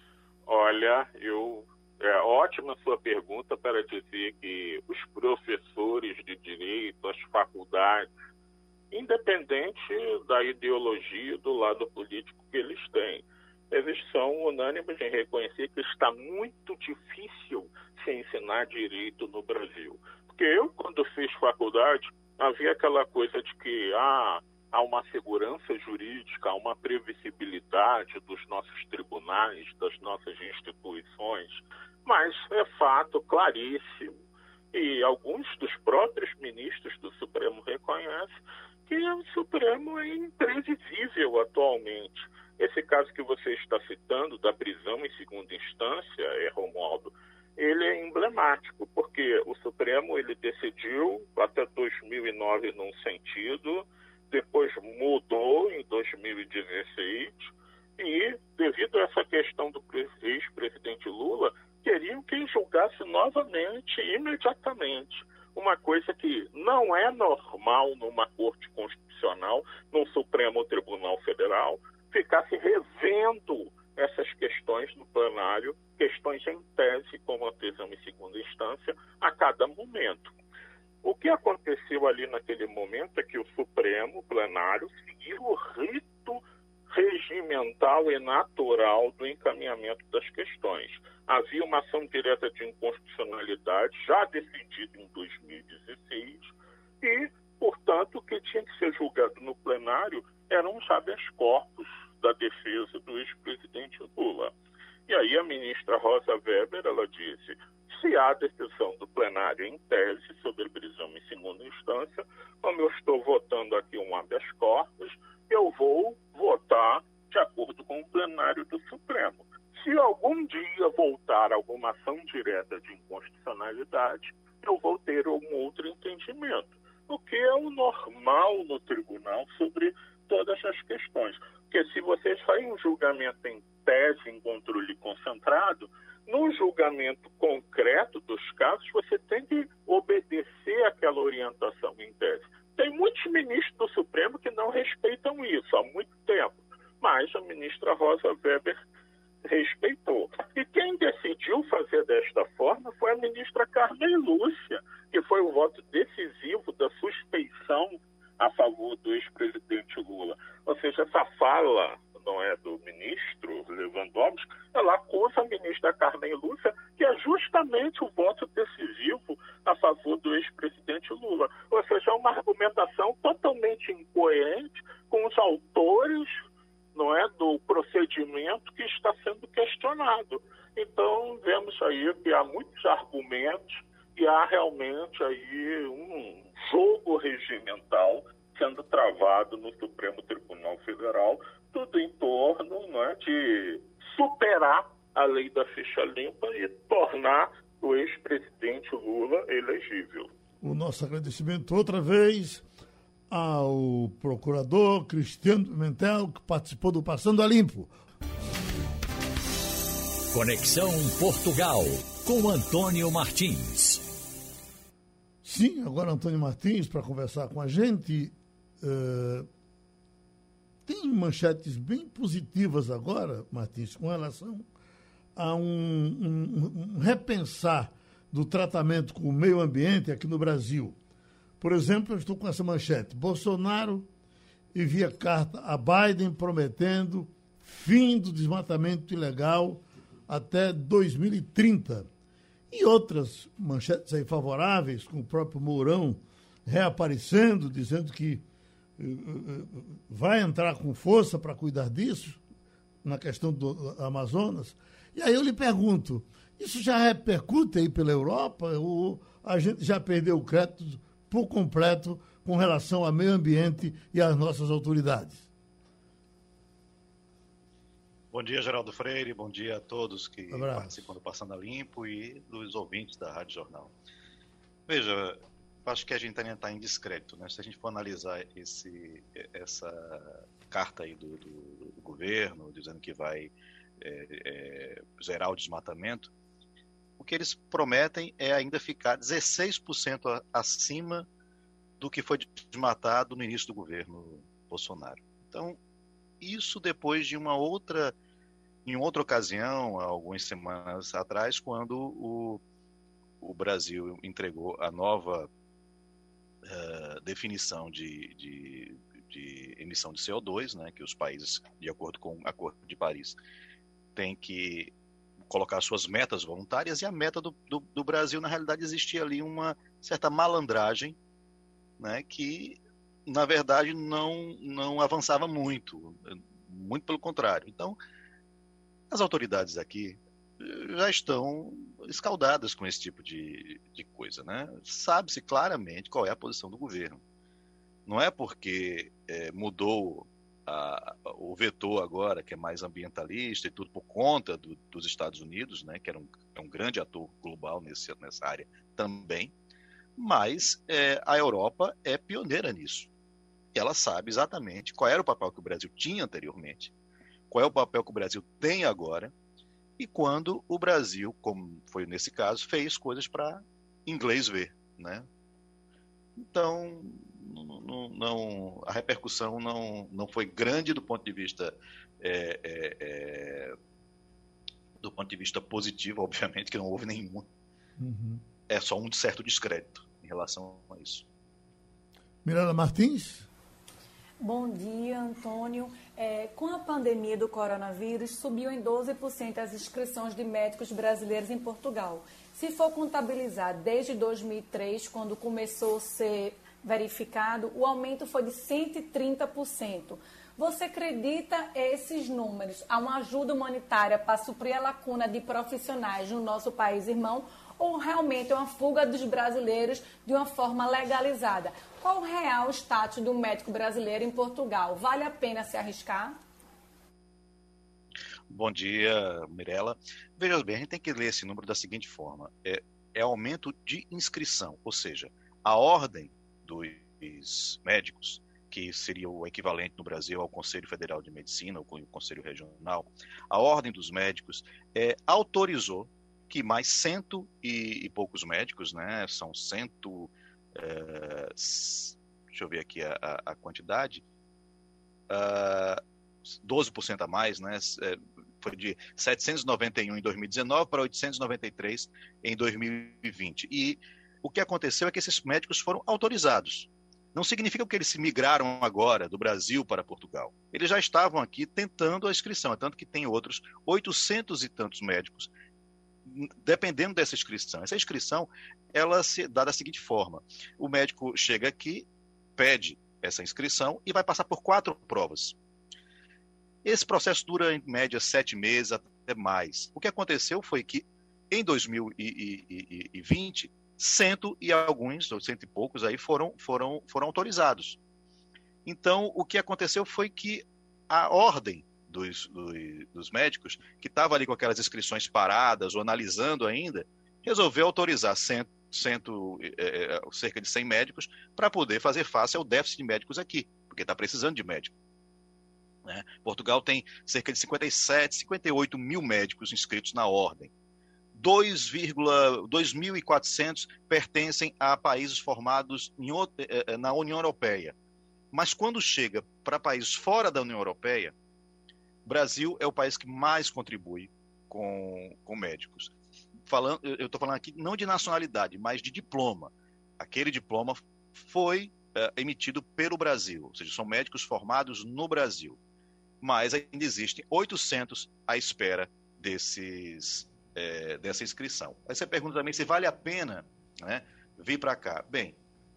Olha, eu, é ótima a sua pergunta para dizer que os professores de direito, as faculdades, independente da ideologia, do lado político que eles têm, eles são unânimes em reconhecer que está muito difícil se ensinar direito no Brasil. Porque eu, quando fiz faculdade, havia aquela coisa de que ah, há uma segurança jurídica, há uma previsibilidade dos nossos tribunais, das nossas instituições, mas é fato claríssimo, e alguns dos próprios ministros do Supremo reconhecem que o Supremo é imprevisível atualmente. Esse caso que você está citando, da prisão em segunda instância, é, Romualdo, ele é emblemático, porque o Supremo ele decidiu até dois mil e nove num sentido, depois mudou em dois mil e dezesseis, e devido a essa questão do ex-presidente Lula, queriam que julgasse novamente, imediatamente, uma coisa que não é normal numa Corte Constitucional, num Supremo Tribunal Federal, ficasse revendo essas questões no plenário, questões em tese, como a prisão em segunda instância, a cada momento. O que aconteceu ali naquele momento é que o Supremo plenário seguiu o rito regimental e natural do encaminhamento das questões. Havia uma ação direta de inconstitucionalidade já decidida em dois mil e dezesseis e, portanto, o que tinha que ser julgado no plenário eram os habeas corpus da defesa do ex-presidente Lula. E aí a ministra Rosa Weber, ela disse, se há decisão do plenário em tese sobre prisão em segunda instância, como eu estou votando aqui um habeas corpus, eu vou votar de acordo com o plenário do Supremo. Se algum dia voltar alguma ação direta de inconstitucionalidade, eu vou ter um outro entendimento, o que é o normal no tribunal sobre todas as questões. Porque se vocês fazem um julgamento em tese, em controle concentrado, no julgamento concreto dos casos, você tem que obedecer àquela orientação em tese. Tem muitos ministros do Supremo que não respeitam isso há muito tempo, mas a ministra Rosa Weber respeitou. E quem decidiu fazer desta forma foi a ministra Carmen Lúcia, que foi o voto decisivo da suspeição a favor do ex-presidente Lula. Ou seja, essa fala, não é do ministro Lewandowski, ela acusa a ministra Carmen Lúcia, que é justamente o voto decisivo a favor do ex-presidente Lula. Ou seja, é uma argumentação totalmente incoerente com os autores, não é, do procedimento que está sendo questionado. Então, vemos aí que há muitos argumentos e há realmente aí um jogo regimental sendo travado no Supremo Tribunal Federal, tudo em torno, não é, de superar a lei da ficha limpa e tornar o o ex-presidente Lula elegível. O nosso agradecimento outra vez ao procurador Cristiano Pimentel, que participou do Passando a Limpo. Conexão Portugal, com Antônio Martins. Sim, agora Antônio Martins, para conversar com a gente, uh, tem manchetes bem positivas agora, Martins, com relação a um, um, um repensar do tratamento com o meio ambiente aqui no Brasil. Por exemplo, eu estou com essa manchete: Bolsonaro envia carta a Biden prometendo fim do desmatamento ilegal até dois mil e trinta. E outras manchetes aí favoráveis, com o próprio Mourão reaparecendo, dizendo que uh, uh, vai entrar com força para cuidar disso, na questão do Amazonas. E aí eu lhe pergunto, isso já repercute aí pela Europa ou a gente já perdeu o crédito por completo com relação ao meio ambiente e às nossas autoridades? Bom dia, Geraldo Freire, bom dia a todos que Abraço. Participam do Passando a Limpo e dos ouvintes da Rádio Jornal. Veja, acho que a gente também está em descrédito, né? Se a gente for analisar esse, essa carta aí do, do, do governo, dizendo que vai é, é, zerar o desmatamento, o que eles prometem é ainda ficar dezesseis por cento acima do que foi desmatado no início do governo Bolsonaro. Então, isso depois de uma outra, em outra ocasião, algumas semanas atrás, quando o, o Brasil entregou a nova uh, definição de, de, de emissão de C O dois, né, que os países, de acordo com o Acordo de Paris, têm que colocar suas metas voluntárias, e a meta do, do, do Brasil, na realidade, existia ali uma certa malandragem, né, que, na verdade, não, não avançava muito, muito pelo contrário. Então, as autoridades aqui já estão escaldadas com esse tipo de, de coisa, né? Sabe-se claramente qual é a posição do governo. Não é porque é, mudou A, o vetor agora, que é mais ambientalista e tudo por conta do, dos Estados Unidos, né, que era um, é um grande ator global nesse, nessa área também, mas é, a Europa é pioneira nisso. E ela sabe exatamente qual era o papel que o Brasil tinha anteriormente, qual é o papel que o Brasil tem agora, e quando o Brasil, como foi nesse caso, fez coisas para inglês ver, né? Então, Não, não, a repercussão não, não foi grande do ponto de vista é, é, é, do ponto de vista positivo, obviamente, que não houve nenhuma. Uhum. É só um certo descrédito em relação a isso. Mirela Martins? Bom dia, Antônio. É, com a pandemia do coronavírus, subiu em doze por cento as inscrições de médicos brasileiros em Portugal. Se for contabilizar desde dois mil e três, quando começou a ser verificado, o aumento foi de cento e trinta por cento. Você acredita esses números a uma ajuda humanitária para suprir a lacuna de profissionais no nosso país irmão, ou realmente é uma fuga dos brasileiros de uma forma legalizada? Qual o real status do médico brasileiro em Portugal? Vale a pena se arriscar? Bom dia, Mirela. Veja bem, a gente tem que ler esse número da seguinte forma. É, é aumento de inscrição, ou seja, a ordem dos médicos, que seria o equivalente no Brasil ao Conselho Federal de Medicina, ou o Conselho Regional, a ordem dos médicos é, autorizou que mais cento e, e poucos médicos, né, são cento, é, deixa eu ver aqui a, a, a quantidade, uh, doze por cento a mais, né, é, foi de setecentos e noventa e um em dois mil e dezenove para oitocentos e noventa e três em dois mil e vinte. E o que aconteceu é que esses médicos foram autorizados. Não significa que eles migraram agora do Brasil para Portugal. Eles já estavam aqui tentando a inscrição, é tanto que tem outros oitocentos e tantos médicos dependendo dessa inscrição. Essa inscrição, ela se dá da seguinte forma: o médico chega aqui, pede essa inscrição e vai passar por quatro provas. Esse processo dura em média sete meses, até mais. O que aconteceu foi que em dois mil e vinte, cento e alguns, ou cento e poucos aí foram, foram, foram autorizados. Então, o que aconteceu foi que a ordem dos, dos, dos médicos, que estava ali com aquelas inscrições paradas ou analisando ainda, resolveu autorizar cento, cento, é, cerca de cem médicos para poder fazer face ao déficit de médicos aqui, porque está precisando de médicos. Né? Portugal tem cerca de cinquenta e sete, cinquenta e oito mil médicos inscritos na ordem. dois mil e quatrocentos pertencem a países formados em, na União Europeia. Mas quando chega para países fora da União Europeia, o Brasil é o país que mais contribui com, com médicos. Falando, eu estou falando aqui não de nacionalidade, mas de diploma. Aquele diploma foi é, emitido pelo Brasil, ou seja, são médicos formados no Brasil. Mas ainda existem oitocentos à espera desses, é, dessa inscrição. Aí você pergunta também se vale a pena, né, vir para cá. Bem,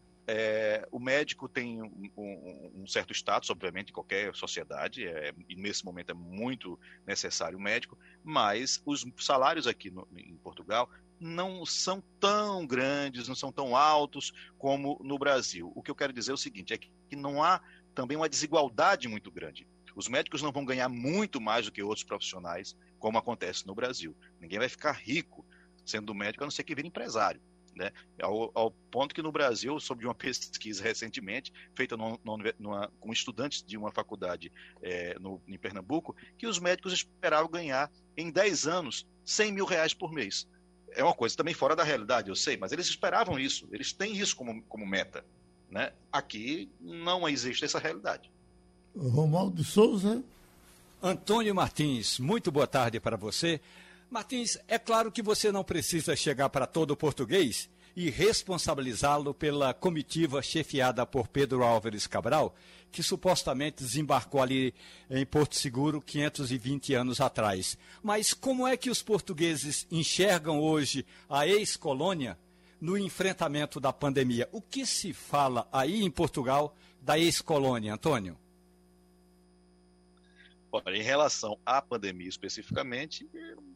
é, o médico tem um, um, um certo status, obviamente, em qualquer sociedade, é, e nesse momento é muito necessário o médico, mas os salários aqui no, em Portugal não são tão grandes, não são tão altos como no Brasil. O que eu quero dizer é o seguinte, é que não há também uma desigualdade muito grande. Os médicos não vão ganhar muito mais do que outros profissionais, como acontece no Brasil. Ninguém vai ficar rico sendo médico, a não ser que vire empresário. Né? Ao, ao ponto que no Brasil, sob uma pesquisa recentemente, feita numa, numa, com estudantes de uma faculdade é, no, em Pernambuco, que os médicos esperavam ganhar, em dez anos, cem mil reais por mês. É uma coisa também fora da realidade, eu sei, mas eles esperavam isso, eles têm isso como, como meta. Né? Aqui não existe essa realidade. Romualdo de Souza. Antônio Martins, muito boa tarde para você. Martins, é claro que você não precisa chegar para todo português e responsabilizá-lo pela comitiva chefiada por Pedro Álvares Cabral, que supostamente desembarcou ali em Porto Seguro quinhentos e vinte anos atrás. Mas como é que os portugueses enxergam hoje a ex-colônia no enfrentamento da pandemia? O que se fala aí em Portugal da ex-colônia, Antônio? Olha, em relação à pandemia especificamente,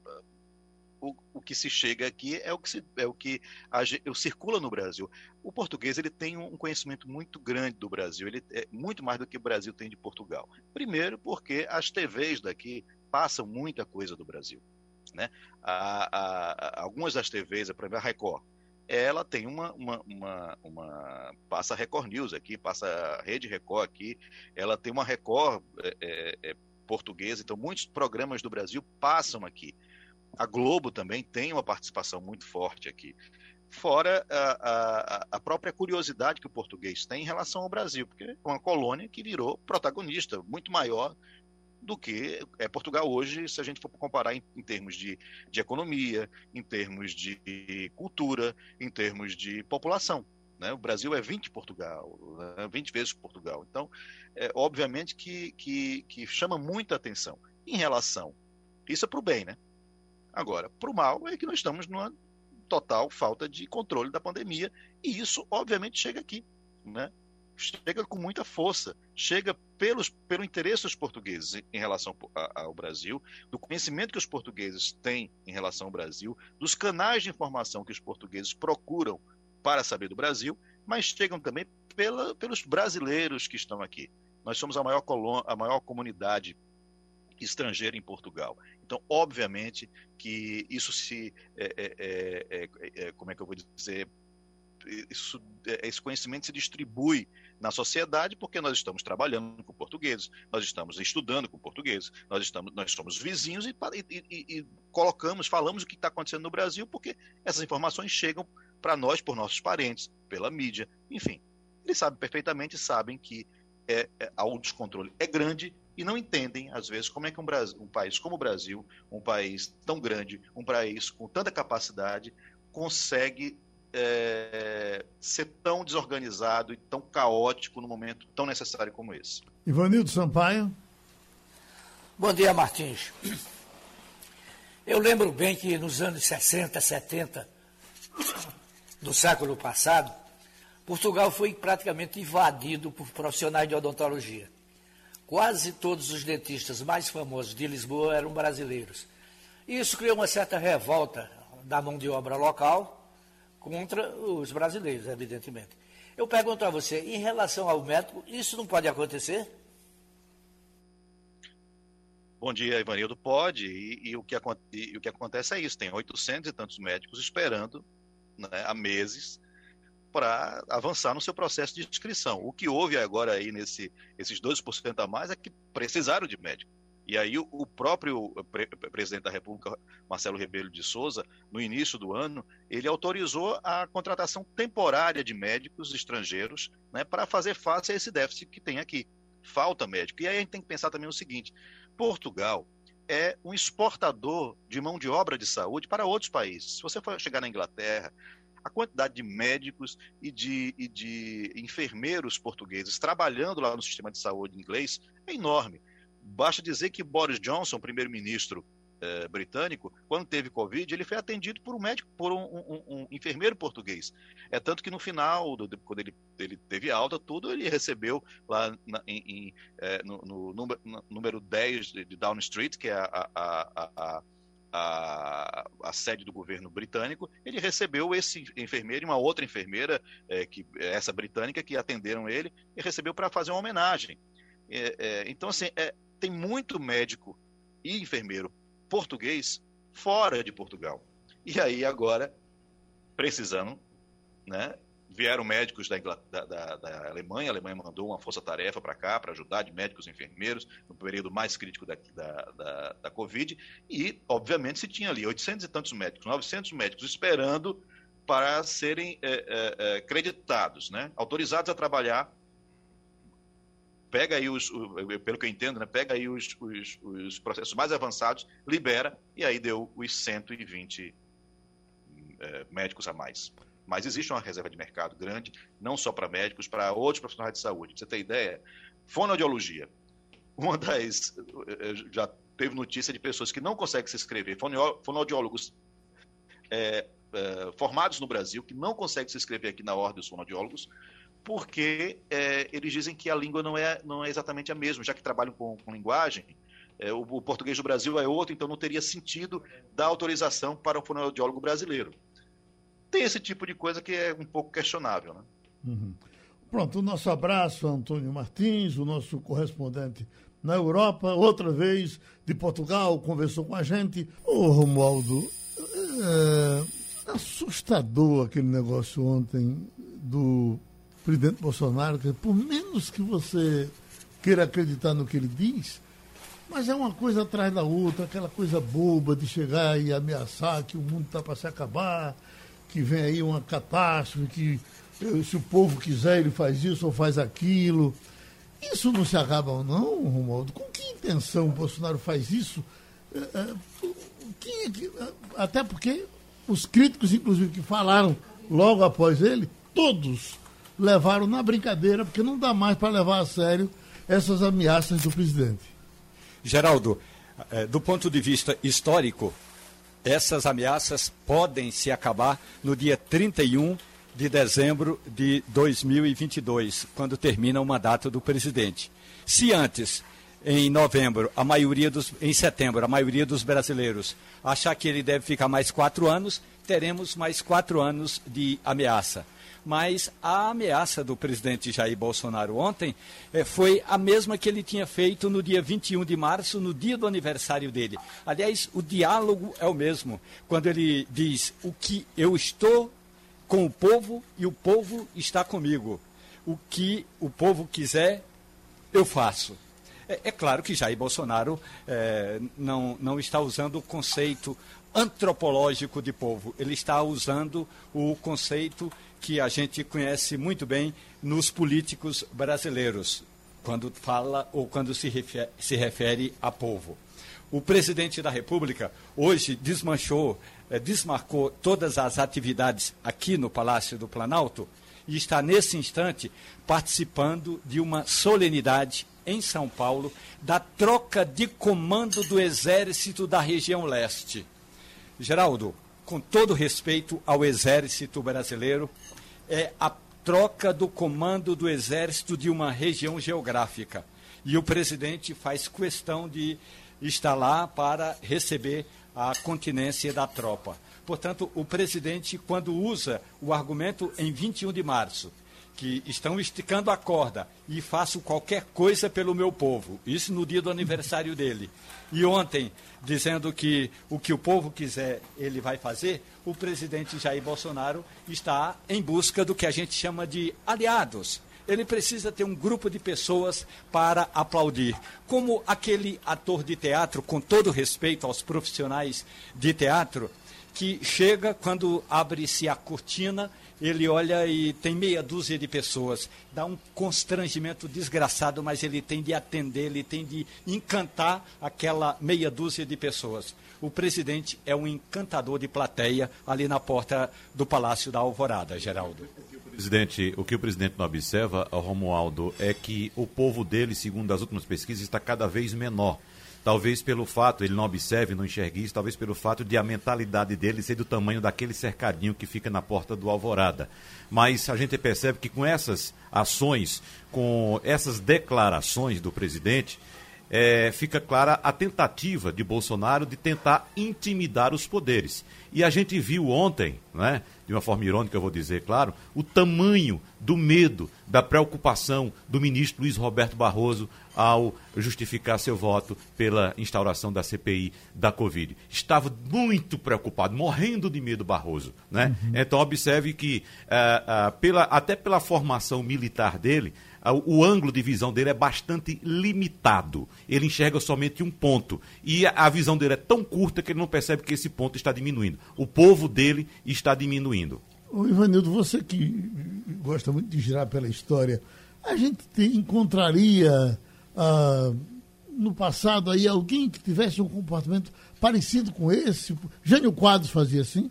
o, o que se chega aqui é o que, se, é o que a, circula no Brasil. O português ele tem um conhecimento muito grande do Brasil, ele é muito mais do que o Brasil tem de Portugal. Primeiro porque as T Vs daqui passam muita coisa do Brasil. Né? A, a, a, algumas das T Vs, por exemplo, a Record, ela tem uma, uma, uma, uma passa a Record News aqui, passa a Rede Record aqui, ela tem uma Record é, é, portuguesa, então muitos programas do Brasil passam aqui. A Globo também tem uma participação muito forte aqui. Fora a, a, a própria curiosidade que o português tem em relação ao Brasil, porque é uma colônia que virou protagonista, muito maior do que é Portugal hoje, se a gente for comparar em, em termos de, de economia, em termos de cultura, em termos de população. Né? O Brasil é vinte Portugal, né? vinte vezes Portugal. Então, é, obviamente que, que, que chama muita atenção. Em relação, isso é para o bem, né? Agora, para o mal é que nós estamos numa total falta de controle da pandemia e isso, obviamente, chega aqui, né? Chega com muita força, chega pelos, pelo interesse dos portugueses em relação ao Brasil, do conhecimento que os portugueses têm em relação ao Brasil, dos canais de informação que os portugueses procuram para saber do Brasil, mas chegam também pela, pelos brasileiros que estão aqui. Nós somos a maior, colô- a maior comunidade estrangeira em Portugal. Então, obviamente, que isso se... É, é, é, é, como é que eu vou dizer... Isso, esse conhecimento se distribui na sociedade porque nós estamos trabalhando com portugueses, nós estamos estudando com portugueses, nós, estamos, nós somos vizinhos e, e, e, e colocamos, falamos o que está acontecendo no Brasil porque essas informações chegam para nós por nossos parentes, pela mídia, enfim. Eles sabem perfeitamente, sabem que é, é, o descontrole é grande e não entendem, às vezes, como é que um, Brasil, um país como o Brasil, um país tão grande, um país com tanta capacidade, consegue É, ser tão desorganizado e tão caótico num momento tão necessário como esse. Ivanildo Sampaio. Bom dia, Martins. Eu lembro bem que nos anos sessenta, setenta do século passado, Portugal foi praticamente invadido por profissionais de odontologia. Quase todos os dentistas mais famosos de Lisboa eram brasileiros. Isso criou uma certa revolta da mão de obra local contra os brasileiros, evidentemente. Eu pergunto a você, em relação ao médico, isso não pode acontecer? Bom dia, Ivanildo. Pode, e, e, o que, e, e o que acontece é isso, tem oitocentos e tantos médicos esperando, né, há meses para avançar no seu processo de inscrição. O que houve agora aí nesse, esses doze por cento a mais é que precisaram de médico. E aí o, o próprio pre, presidente da República, Marcelo Rebelo de Souza, no início do ano, ele autorizou a contratação temporária de médicos estrangeiros, né, para fazer face a esse déficit que tem aqui. Falta médico. E aí a gente tem que pensar também o seguinte: Portugal é um exportador de mão de obra de saúde para outros países. Se você for chegar na Inglaterra, a quantidade de médicos e de, e de enfermeiros portugueses trabalhando lá no sistema de saúde inglês é enorme. Basta dizer que Boris Johnson, primeiro-ministro eh, britânico, quando teve Covid, ele foi atendido por um médico, por um, um, um enfermeiro português. É tanto que no final, do, quando ele, ele teve alta, tudo, ele recebeu lá na, em, em, eh, no, no, número, no número dez de, de Downing Street, que é a, a, a, a A, a sede do governo britânico, ele recebeu esse enfermeiro e uma outra enfermeira, é, que, essa britânica, que atenderam ele, e recebeu para fazer uma homenagem. É, é, então, assim, é, tem muito médico e enfermeiro português fora de Portugal. E aí, agora, precisando, né, vieram médicos da, da, da, da Alemanha, a Alemanha mandou uma força-tarefa para cá, para ajudar de médicos e enfermeiros no período mais crítico da, da, da, da Covid, e, obviamente, se tinha ali oitocentos e tantos médicos, novecentos médicos esperando para serem é, é, é, creditados, né, autorizados a trabalhar. Pega aí os, o, pelo que eu entendo, né, pega aí os, os, os processos mais avançados, libera, e aí deu os cento e vinte é, médicos a mais. Mas existe uma reserva de mercado grande, não só para médicos, para outros profissionais de saúde. Pra você ter ideia, fonoaudiologia. Uma das... Já teve notícia de pessoas que não conseguem se inscrever, fonoaudiólogos é, é, formados no Brasil, que não conseguem se inscrever aqui na ordem dos fonoaudiólogos, porque é, eles dizem que a língua não é, não é exatamente a mesma, já que trabalham com, com linguagem. É, o, o português do Brasil é outro, então não teria sentido dar autorização para um fonoaudiólogo brasileiro. Tem esse tipo de coisa que é um pouco questionável, né? Uhum. Pronto, o nosso abraço a Antônio Martins, o nosso correspondente na Europa, outra vez de Portugal, conversou com a gente. Ô, Romualdo, é assustador aquele negócio ontem do presidente Bolsonaro, que por menos que você queira acreditar no que ele diz, mas é uma coisa atrás da outra, aquela coisa boba de chegar e ameaçar que o mundo está para se acabar, que vem aí uma catástrofe, que se o povo quiser ele faz isso ou faz aquilo. Isso não se acaba não, Romualdo? Com que intenção o Bolsonaro faz isso? É, é, que, até porque os críticos, inclusive, que falaram logo após ele, todos levaram na brincadeira, porque não dá mais para levar a sério essas ameaças do presidente. Geraldo, do ponto de vista histórico, essas ameaças podem se acabar no dia trinta e um de dezembro de dois mil e vinte e dois, quando termina o mandato do presidente. Se antes, em novembro, a maioria dos, em setembro, a maioria dos brasileiros achar que ele deve ficar mais quatro anos, teremos mais quatro anos de ameaça. Mas a ameaça do presidente Jair Bolsonaro ontem eh, foi a mesma que ele tinha feito no dia vinte e um de março, no dia do aniversário dele. Aliás, o diálogo é o mesmo, quando ele diz: o que eu estou com o povo e o povo está comigo. O que o povo quiser, eu faço. É, é claro que Jair Bolsonaro eh, não, não está usando o conceito antropológico de povo, ele está usando o conceito que a gente conhece muito bem nos políticos brasileiros, quando fala ou quando se refere, se refere a povo. O presidente da República hoje desmanchou, eh, desmarcou todas as atividades aqui no Palácio do Planalto e está nesse instante participando de uma solenidade em São Paulo da troca de comando do Exército da região leste. Geraldo, com todo respeito ao Exército brasileiro, é a troca do comando do Exército de uma região geográfica. E o presidente faz questão de estar lá para receber a continência da tropa. Portanto, o presidente, quando usa o argumento em vinte e um de março, que estão esticando a corda e faço qualquer coisa pelo meu povo. Isso no dia do aniversário dele. E ontem, dizendo que o que o povo quiser, ele vai fazer, o presidente Jair Bolsonaro está em busca do que a gente chama de aliados. Ele precisa ter um grupo de pessoas para aplaudir. Como aquele ator de teatro, com todo respeito aos profissionais de teatro, que chega, quando abre-se a cortina, ele olha e tem meia dúzia de pessoas. Dá um constrangimento desgraçado, mas ele tem de atender, ele tem de encantar aquela meia dúzia de pessoas. O presidente é um encantador de plateia ali na porta do Palácio da Alvorada, Geraldo. Presidente, o que o presidente não observa, Romualdo, é que o povo dele, segundo as últimas pesquisas, está cada vez menor. Talvez pelo fato, ele não observe, não enxergue isso, talvez pelo fato de a mentalidade dele ser do tamanho daquele cercadinho que fica na porta do Alvorada. Mas a gente percebe que com essas ações, com essas declarações do presidente, é, fica clara a tentativa de Bolsonaro de tentar intimidar os poderes. E a gente viu ontem, né, de uma forma irônica eu vou dizer, claro, o tamanho do medo, da preocupação do ministro Luiz Roberto Barroso ao justificar seu voto pela instauração da C P I da Covid. Estava muito preocupado, morrendo de medo Barroso, né? Uhum. Então observe que uh, uh, pela, até pela formação militar dele, uh, o ângulo de visão dele é bastante limitado. Ele enxerga somente um ponto. E a, a visão dele é tão curta que ele não percebe que esse ponto está diminuindo. O povo dele está diminuindo. Ô, Ivanildo, você que gosta muito de girar pela história, a gente tem, encontraria ah, no passado aí alguém que tivesse um comportamento parecido com esse? Jânio Quadros fazia assim?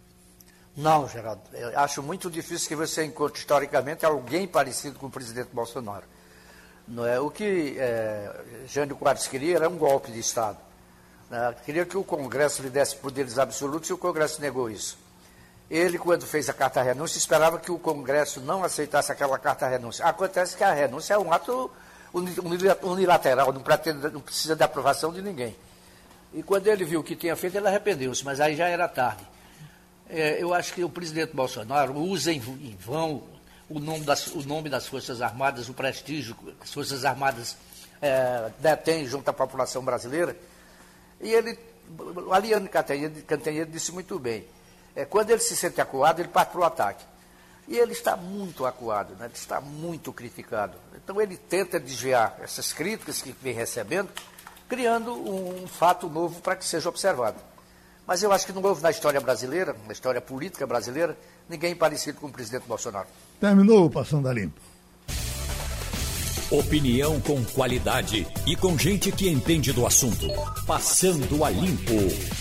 Não, Geraldo. Eu acho muito difícil que você encontre historicamente alguém parecido com o presidente Bolsonaro. Não é? O que é, Jânio Quadros queria era um golpe de Estado. Né? Queria que o Congresso lhe desse poderes absolutos e o Congresso negou isso. Ele, quando fez a carta-renúncia, esperava que o Congresso não aceitasse aquela carta-renúncia. Acontece que a renúncia é um ato unilateral, não, pretende, não precisa de aprovação de ninguém. E quando ele viu o que tinha feito, ele arrependeu-se, mas aí já era tarde. É, eu acho que o presidente Bolsonaro usa em, em vão o nome, das, o nome das Forças Armadas, o prestígio que as Forças Armadas é, detêm junto à população brasileira. E ele, a Liane Cantanhede disse muito bem, é, quando ele se sente acuado, ele parte para o ataque. E ele está muito acuado, né? Ele está muito criticado. Então ele tenta desviar essas críticas que vem recebendo, criando um fato novo para que seja observado. Mas eu acho que não houve na história brasileira, na história política brasileira, ninguém parecido com o presidente Bolsonaro. Terminou o Passando a Limpo. Opinião com qualidade e com gente que entende do assunto. Passando a Limpo.